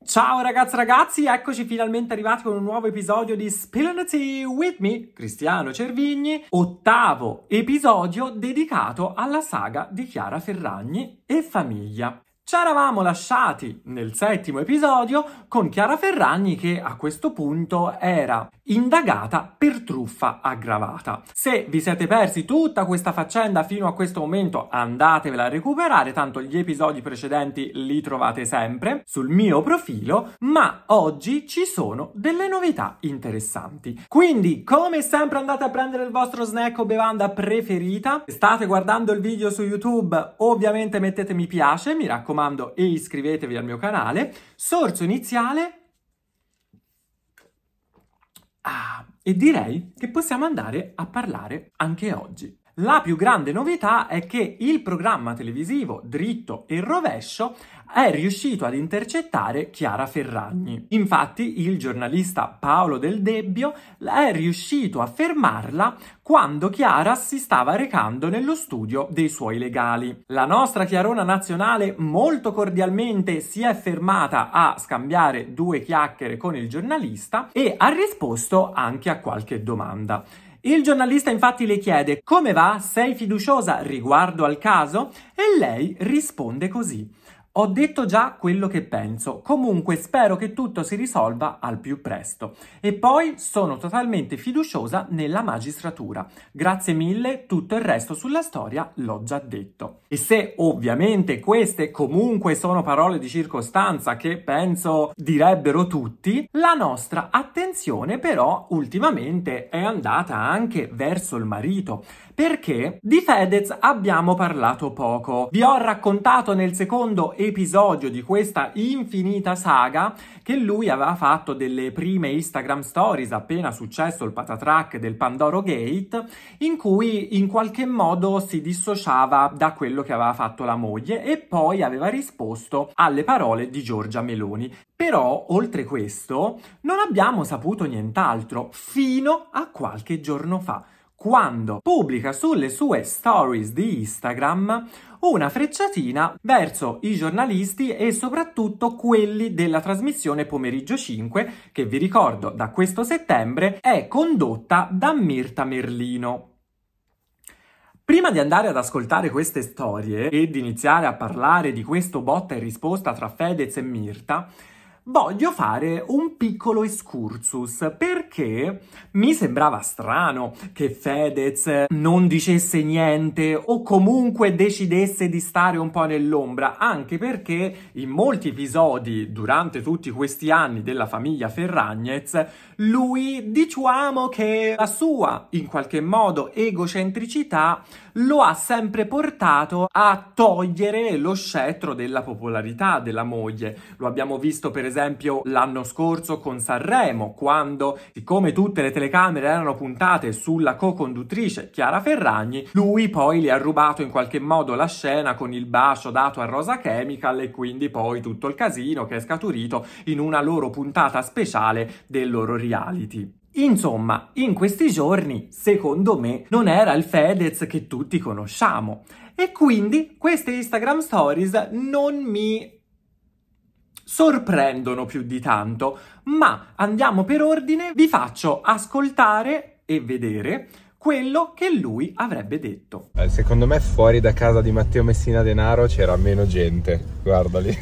Ciao ragazzi, eccoci finalmente arrivati con un nuovo episodio di Spillin' the Tea with me, Cristiano Cervigni, ottavo episodio dedicato alla saga di Chiara Ferragni e famiglia. Ci eravamo lasciati nel settimo episodio con Chiara Ferragni che a questo punto era indagata per truffa aggravata. Se vi siete persi tutta questa faccenda fino a questo momento, andatevela a recuperare, tanto gli episodi precedenti li trovate sempre sul mio profilo, ma oggi ci sono delle novità interessanti. Quindi, come sempre, andate a prendere il vostro snack o bevanda preferita. Se state guardando il video su YouTube, ovviamente mettete mi piace, mi raccomando, e iscrivetevi al mio canale. Sorso iniziale. E direi che possiamo andare a parlare anche oggi. La più grande novità è che il programma televisivo Dritto e Rovescio è riuscito ad intercettare Chiara Ferragni. Infatti, il giornalista Paolo Del Debbio è riuscito a fermarla quando Chiara si stava recando nello studio dei suoi legali. La nostra Chiarona nazionale molto cordialmente si è fermata a scambiare due chiacchiere con il giornalista e ha risposto anche a qualche domanda. Il giornalista infatti le chiede: come va? Sei fiduciosa riguardo al caso? E lei risponde così: ho detto già quello che penso, comunque spero che tutto si risolva al più presto. E poi sono totalmente fiduciosa nella magistratura. Grazie mille, tutto il resto sulla storia l'ho già detto. E se ovviamente queste comunque sono parole di circostanza che penso direbbero tutti, la nostra attenzione però ultimamente è andata anche verso il marito. Perché di Fedez abbiamo parlato poco. Vi ho raccontato nel secondo episodio di questa infinita saga che lui aveva fatto delle prime Instagram stories appena successo il patatrack del Pandoro Gate, in cui in qualche modo si dissociava da quello che aveva fatto la moglie e poi aveva risposto alle parole di Giorgia Meloni. Però, oltre questo, non abbiamo saputo nient'altro fino a qualche giorno fa, quando pubblica sulle sue stories di Instagram una frecciatina verso i giornalisti e soprattutto quelli della trasmissione Pomeriggio 5, che vi ricordo da questo settembre è condotta da Mirta Merlino. Prima di andare ad ascoltare queste storie e di iniziare a parlare di questo botta e risposta tra Fedez e Mirta, voglio fare un piccolo excursus perché mi sembrava strano che Fedez non dicesse niente o comunque decidesse di stare un po' nell'ombra, anche perché in molti episodi durante tutti questi anni della famiglia Ferragnez lui, diciamo che la sua in qualche modo egocentricità lo ha sempre portato a togliere lo scettro della popolarità della moglie. Lo abbiamo visto per esempio l'anno scorso con Sanremo, quando, siccome tutte le telecamere erano puntate sulla co-conduttrice Chiara Ferragni, lui poi le ha rubato in qualche modo la scena con il bacio dato a Rosa Chemical e quindi poi tutto il casino che è scaturito in una loro puntata speciale del loro reality. Insomma, in questi giorni, secondo me, non era il Fedez che tutti conosciamo e quindi queste Instagram Stories non mi sorprendono più di tanto, ma andiamo per ordine, vi faccio ascoltare e vedere quello che lui avrebbe detto. Secondo me fuori da casa di Matteo Messina Denaro c'era meno gente, guardali.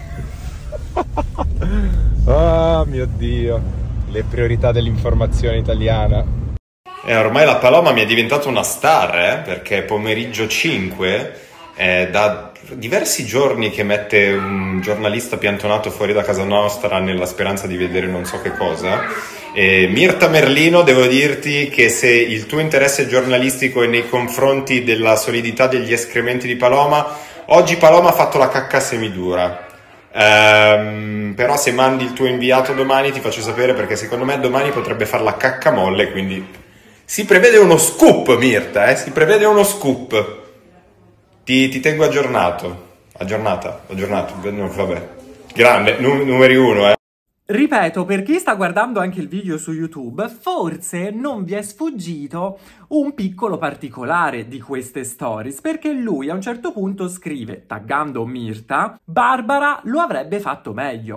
Oh mio Dio, le priorità dell'informazione italiana. Ormai la Paloma mi è diventata una star, perché Pomeriggio 5 da diversi giorni che mette un giornalista piantonato fuori da casa nostra nella speranza di vedere non so che cosa. Mirta Merlino, devo dirti che se il tuo interesse giornalistico è nei confronti della solidità degli escrementi di Paloma, oggi Paloma ha fatto la cacca semidura. Però se mandi il tuo inviato domani ti faccio sapere, perché secondo me domani potrebbe far la cacca molle, quindi si prevede uno scoop, Mirta, si prevede uno scoop. Ti tengo aggiornato, vabbè, grande, numeri uno, Ripeto, per chi sta guardando anche il video su YouTube, forse non vi è sfuggito un piccolo particolare di queste stories, perché lui a un certo punto scrive, taggando Mirta, Barbara lo avrebbe fatto meglio.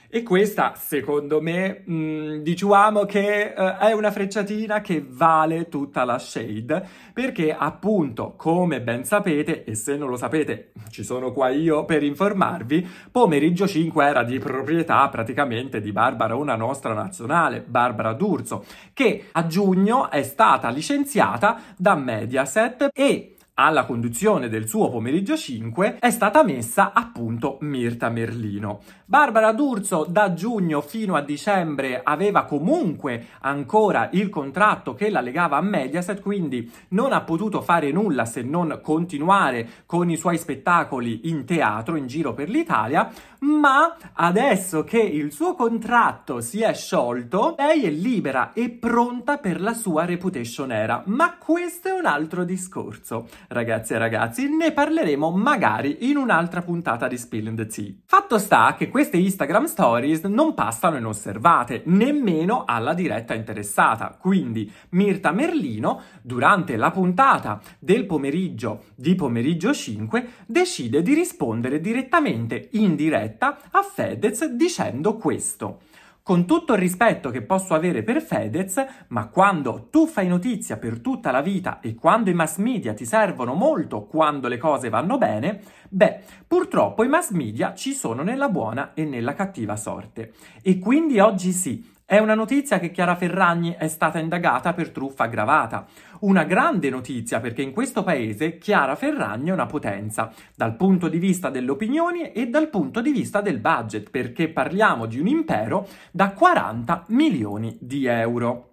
E questa, secondo me, diciamo che è una frecciatina che vale tutta la shade, perché appunto, come ben sapete, e se non lo sapete, ci sono qua io per informarvi, Pomeriggio 5 era di proprietà praticamente di Barbara, una nostra nazionale, Barbara D'Urso, che a giugno è stata licenziata da Mediaset e alla conduzione del suo Pomeriggio 5 è stata messa appunto Mirta Merlino. Barbara D'Urso da giugno fino a dicembre aveva comunque ancora il contratto che la legava a Mediaset, quindi non ha potuto fare nulla se non continuare con i suoi spettacoli in teatro in giro per l'Italia, ma adesso che il suo contratto si è sciolto, lei è libera e pronta per la sua reputation era. Ma questo è un altro discorso. Ragazzi e ragazzi, ne parleremo magari in un'altra puntata di Spilling the Tea. Fatto sta che queste Instagram Stories non passano inosservate, nemmeno alla diretta interessata. Quindi Mirta Merlino, durante la puntata del pomeriggio di Pomeriggio 5, decide di rispondere direttamente in diretta a Fedez dicendo questo: con tutto il rispetto che posso avere per Fedez, ma quando tu fai notizia per tutta la vita e quando i mass media ti servono molto quando le cose vanno bene, purtroppo i mass media ci sono nella buona e nella cattiva sorte. E quindi oggi sì, è una notizia che Chiara Ferragni è stata indagata per truffa aggravata. Una grande notizia perché in questo paese Chiara Ferragni è una potenza, dal punto di vista delle opinioni e dal punto di vista del budget, perché parliamo di un impero da 40 milioni di euro.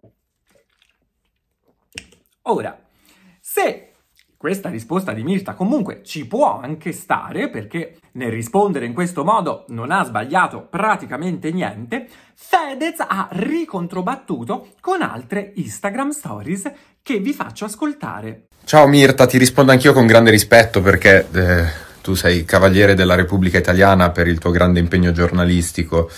Ora, se questa risposta di Mirta comunque ci può anche stare, perché nel rispondere in questo modo non ha sbagliato praticamente niente, Fedez ha ricontrobattuto con altre Instagram Stories che vi faccio ascoltare. Ciao Mirta, ti rispondo anch'io con grande rispetto perché tu sei cavaliere della Repubblica Italiana per il tuo grande impegno giornalistico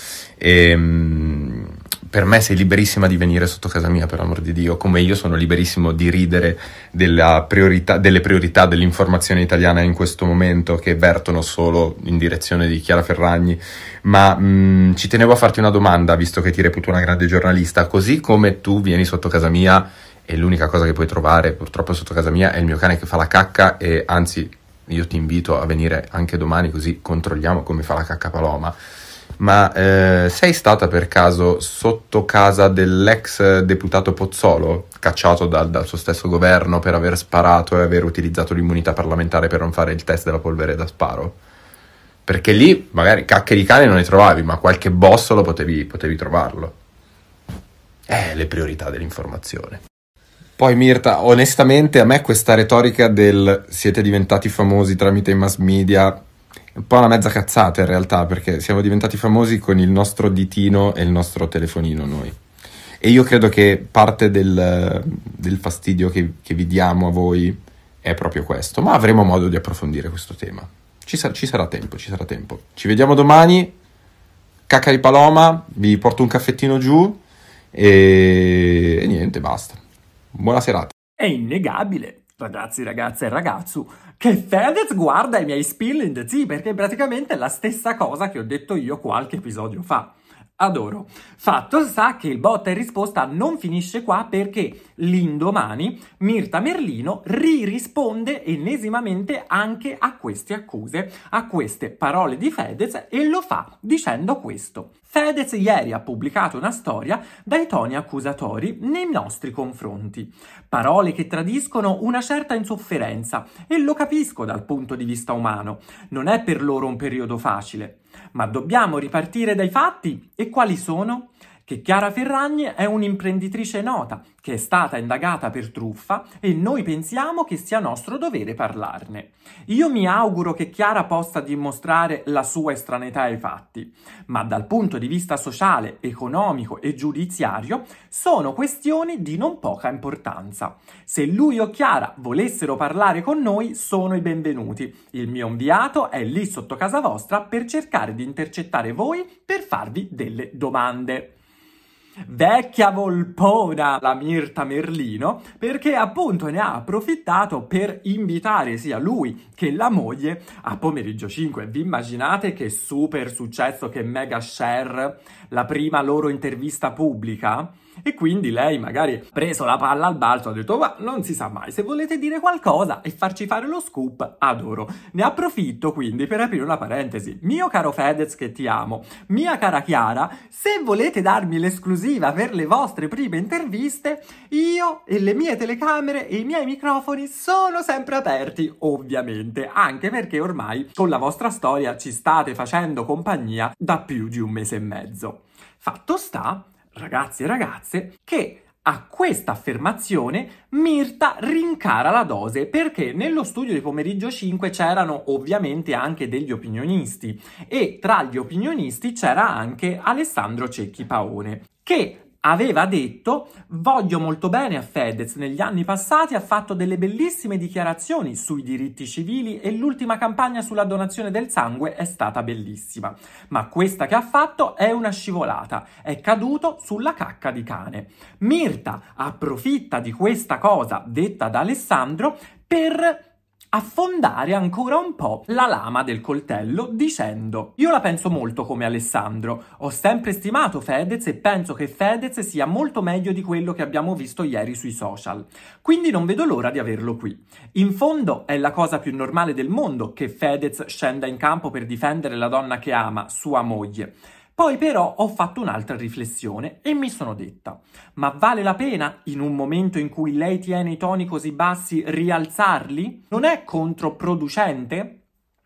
e per me sei liberissima di venire sotto casa mia, per amor di Dio, come io sono liberissimo di ridere delle priorità dell'informazione italiana in questo momento, che vertono solo in direzione di Chiara Ferragni. Ma ci tenevo a farti una domanda, visto che ti reputo una grande giornalista. Così come tu vieni sotto casa mia e l'unica cosa che puoi trovare purtroppo sotto casa mia è il mio cane che fa la cacca, e anzi io ti invito a venire anche domani così controlliamo come fa la cacca Paloma. Ma sei stata per caso sotto casa dell'ex deputato Pozzolo, cacciato dal suo stesso governo per aver sparato e aver utilizzato l'immunità parlamentare per non fare il test della polvere da sparo? Perché lì magari cacche di cane non ne trovavi, ma qualche bossolo potevi trovarlo. Le priorità dell'informazione. Poi Mirta, onestamente a me questa retorica del siete diventati famosi tramite i mass media è un po' una mezza cazzata in realtà, perché siamo diventati famosi con il nostro ditino e il nostro telefonino noi. E io credo che parte del fastidio che vi diamo a voi è proprio questo, ma avremo modo di approfondire questo tema. Ci sarà tempo. Ci vediamo domani, cacca di Paloma, vi porto un caffettino giù e niente, basta. Buona serata. È innegabile, ragazzi, ragazze e ragazzu, che Fedez guarda i miei spill in the tea, perché praticamente è la stessa cosa che ho detto io qualche episodio fa. Adoro. Fatto sta che il botta e risposta non finisce qua, perché l'indomani Mirta Merlino risponde ennesimamente anche a queste accuse, a queste parole di Fedez, e lo fa dicendo questo. Fedez ieri ha pubblicato una storia dai toni accusatori nei nostri confronti. Parole che tradiscono una certa insofferenza, e lo capisco dal punto di vista umano. Non è per loro un periodo facile. Ma dobbiamo ripartire dai fatti, e quali sono? Che Chiara Ferragni è un'imprenditrice nota, che è stata indagata per truffa, e noi pensiamo che sia nostro dovere parlarne. Io mi auguro che Chiara possa dimostrare la sua estraneità ai fatti, ma dal punto di vista sociale, economico e giudiziario sono questioni di non poca importanza. Se lui o Chiara volessero parlare con noi, sono i benvenuti. Il mio inviato è lì sotto casa vostra per cercare di intercettare voi per farvi delle domande. vecchia volpona, la Mirta Merlino, perché appunto ne ha approfittato per invitare sia lui che la moglie a Pomeriggio 5. Vi immaginate che super successo, che mega share, la prima loro intervista pubblica? E quindi lei magari ha preso la palla al balzo, ha detto ma non si sa mai, se volete dire qualcosa e farci fare lo scoop, adoro. Ne approfitto quindi per aprire una parentesi. Mio caro Fedez che ti amo, mia cara Chiara, se volete darmi l'esclusiva per le vostre prime interviste, io e le mie telecamere e i miei microfoni sono sempre aperti, ovviamente, anche perché ormai con la vostra storia ci state facendo compagnia da più di 1 mese e mezzo. Fatto sta, ragazzi e ragazze, che a questa affermazione Mirta rincara la dose, perché nello studio di Pomeriggio 5 c'erano ovviamente anche degli opinionisti e tra gli opinionisti c'era anche Alessandro Cecchi Paone, che aveva detto: voglio molto bene a Fedez, negli anni passati ha fatto delle bellissime dichiarazioni sui diritti civili e l'ultima campagna sulla donazione del sangue è stata bellissima, ma questa che ha fatto è una scivolata, è caduto sulla cacca di cane. Mirta approfitta di questa cosa detta da Alessandro per affondare ancora un po' la lama del coltello dicendo: io la penso molto come Alessandro, ho sempre stimato Fedez e penso che Fedez sia molto meglio di quello che abbiamo visto ieri sui social, quindi non vedo l'ora di averlo qui. In fondo è la cosa più normale del mondo che Fedez scenda in campo per difendere la donna che ama, sua moglie. Poi però ho fatto un'altra riflessione e mi sono detta: ma vale la pena, in un momento in cui lei tiene i toni così bassi, rialzarli? Non è controproducente?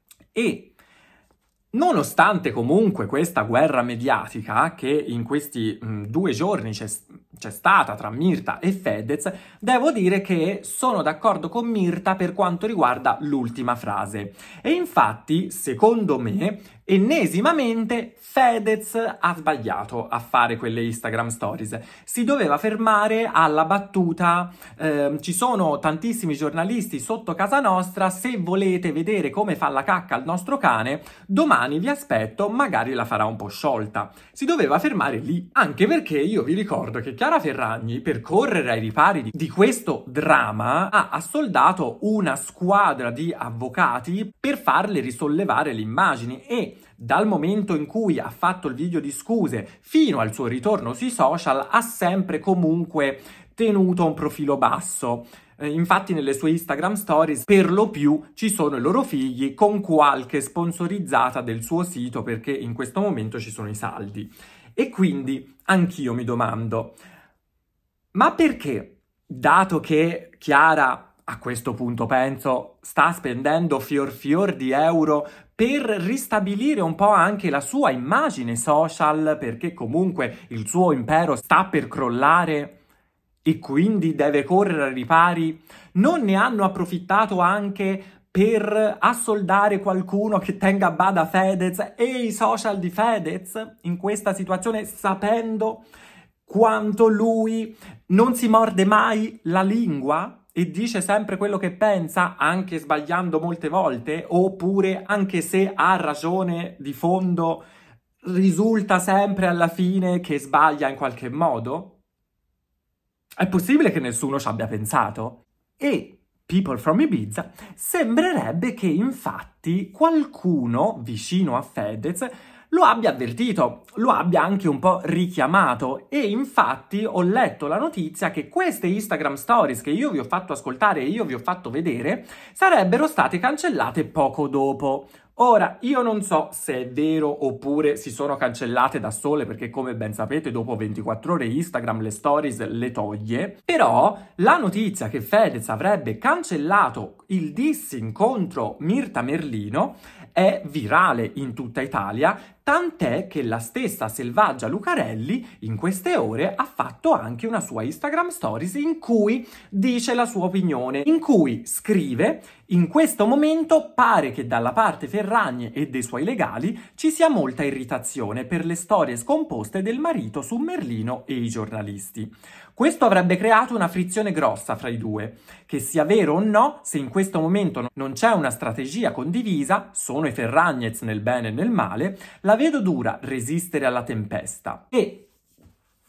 E nonostante comunque questa guerra mediatica che in questi 2 giorni c'è stata tra Mirta e Fedez, devo dire che sono d'accordo con Mirta per quanto riguarda l'ultima frase. E infatti, secondo me, ennesimamente Fedez ha sbagliato a fare quelle Instagram stories. Si doveva fermare alla battuta: ci sono tantissimi giornalisti sotto casa nostra, se volete vedere come fa la cacca al nostro cane, domani vi aspetto, magari la farà un po' sciolta. Si doveva fermare lì, anche perché io vi ricordo che Chiara Ferragni, per correre ai ripari di questo dramma, ha assoldato una squadra di avvocati per farle risollevare le immagini, e dal momento in cui ha fatto il video di scuse fino al suo ritorno sui social ha sempre comunque tenuto un profilo basso. Infatti nelle sue Instagram stories per lo più ci sono i loro figli con qualche sponsorizzata del suo sito, perché in questo momento ci sono i saldi. E quindi anch'io mi domando: ma perché, dato che Chiara, a questo punto penso, sta spendendo fior di euro per ristabilire un po' anche la sua immagine social, perché comunque il suo impero sta per crollare e quindi deve correre ai ripari, non ne hanno approfittato anche per assoldare qualcuno che tenga a bada Fedez e i social di Fedez in questa situazione, sapendo quanto lui non si morde mai la lingua e dice sempre quello che pensa, anche sbagliando molte volte, oppure anche se ha ragione di fondo, risulta sempre alla fine che sbaglia in qualche modo? È possibile che nessuno ci abbia pensato? E People from Ibiza sembrerebbe che infatti qualcuno vicino a Fedez lo abbia avvertito, lo abbia anche un po' richiamato, e infatti ho letto la notizia che queste Instagram Stories che io vi ho fatto ascoltare e io vi ho fatto vedere sarebbero state cancellate poco dopo. Ora, io non so se è vero oppure si sono cancellate da sole, perché come ben sapete dopo 24 ore Instagram le stories le toglie, però la notizia che Fedez avrebbe cancellato il dissing contro Mirta Merlino è virale in tutta Italia, tant'è che la stessa Selvaggia Lucarelli in queste ore ha fatto anche una sua Instagram Stories in cui dice la sua opinione, in cui scrive: in questo momento pare che dalla parte Ferragni e dei suoi legali ci sia molta irritazione per le storie scomposte del marito su Merlino e i giornalisti. Questo avrebbe creato una frizione grossa fra i due. Che sia vero o no, se in questo momento non c'è una strategia condivisa, sono i Ferragnez nel bene e nel male, la vedo dura resistere alla tempesta. E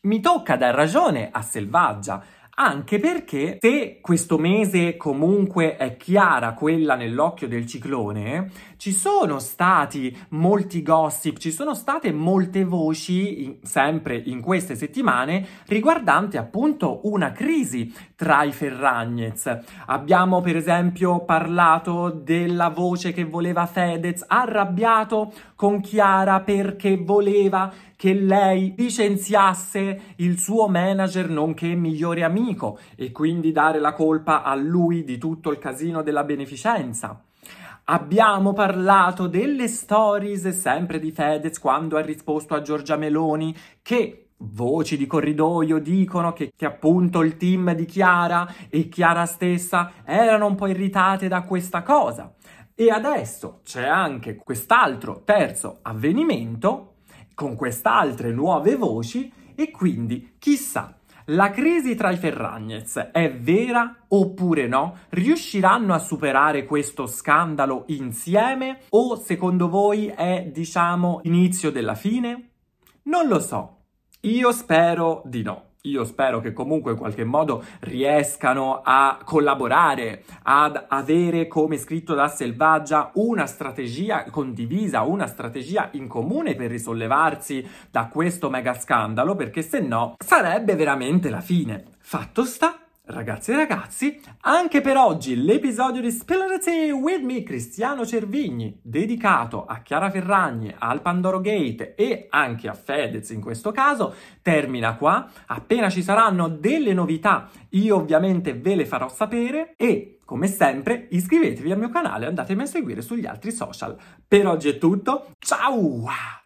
Mi tocca dar ragione a Selvaggia, anche perché se questo mese comunque è Chiara quella nell'occhio del ciclone, ci sono stati molti gossip, ci sono state molte voci, sempre in queste settimane, riguardanti appunto una crisi tra i Ferragnez. Abbiamo per esempio parlato della voce che voleva Fedez arrabbiato con Chiara perché voleva che lei licenziasse il suo manager nonché migliore amico e quindi dare la colpa a lui di tutto il casino della beneficenza. Abbiamo parlato delle stories sempre di Fedez quando ha risposto a Giorgia Meloni che voci di corridoio dicono che appunto il team di Chiara e Chiara stessa erano un po' irritate da questa cosa. E adesso c'è anche quest'altro terzo avvenimento con quest'altre nuove voci e quindi chissà, la crisi tra i Ferragnez è vera oppure no? Riusciranno a superare questo scandalo insieme o secondo voi è, diciamo, l'inizio della fine? Non lo so, io spero di no. Io spero che comunque in qualche modo riescano a collaborare, ad avere, come scritto da Selvaggia, una strategia condivisa, una strategia in comune per risollevarsi da questo mega scandalo, perché se no sarebbe veramente la fine. Fatto sta, ragazzi e ragazzi, anche per oggi l'episodio di Spill the Tea with me, Cristiano Cervigni, dedicato a Chiara Ferragni, al Pandoro Gate e anche a Fedez in questo caso, termina qua. Appena ci saranno delle novità, io ovviamente ve le farò sapere e, come sempre, iscrivetevi al mio canale e andatemi a seguire sugli altri social. Per oggi è tutto, ciao!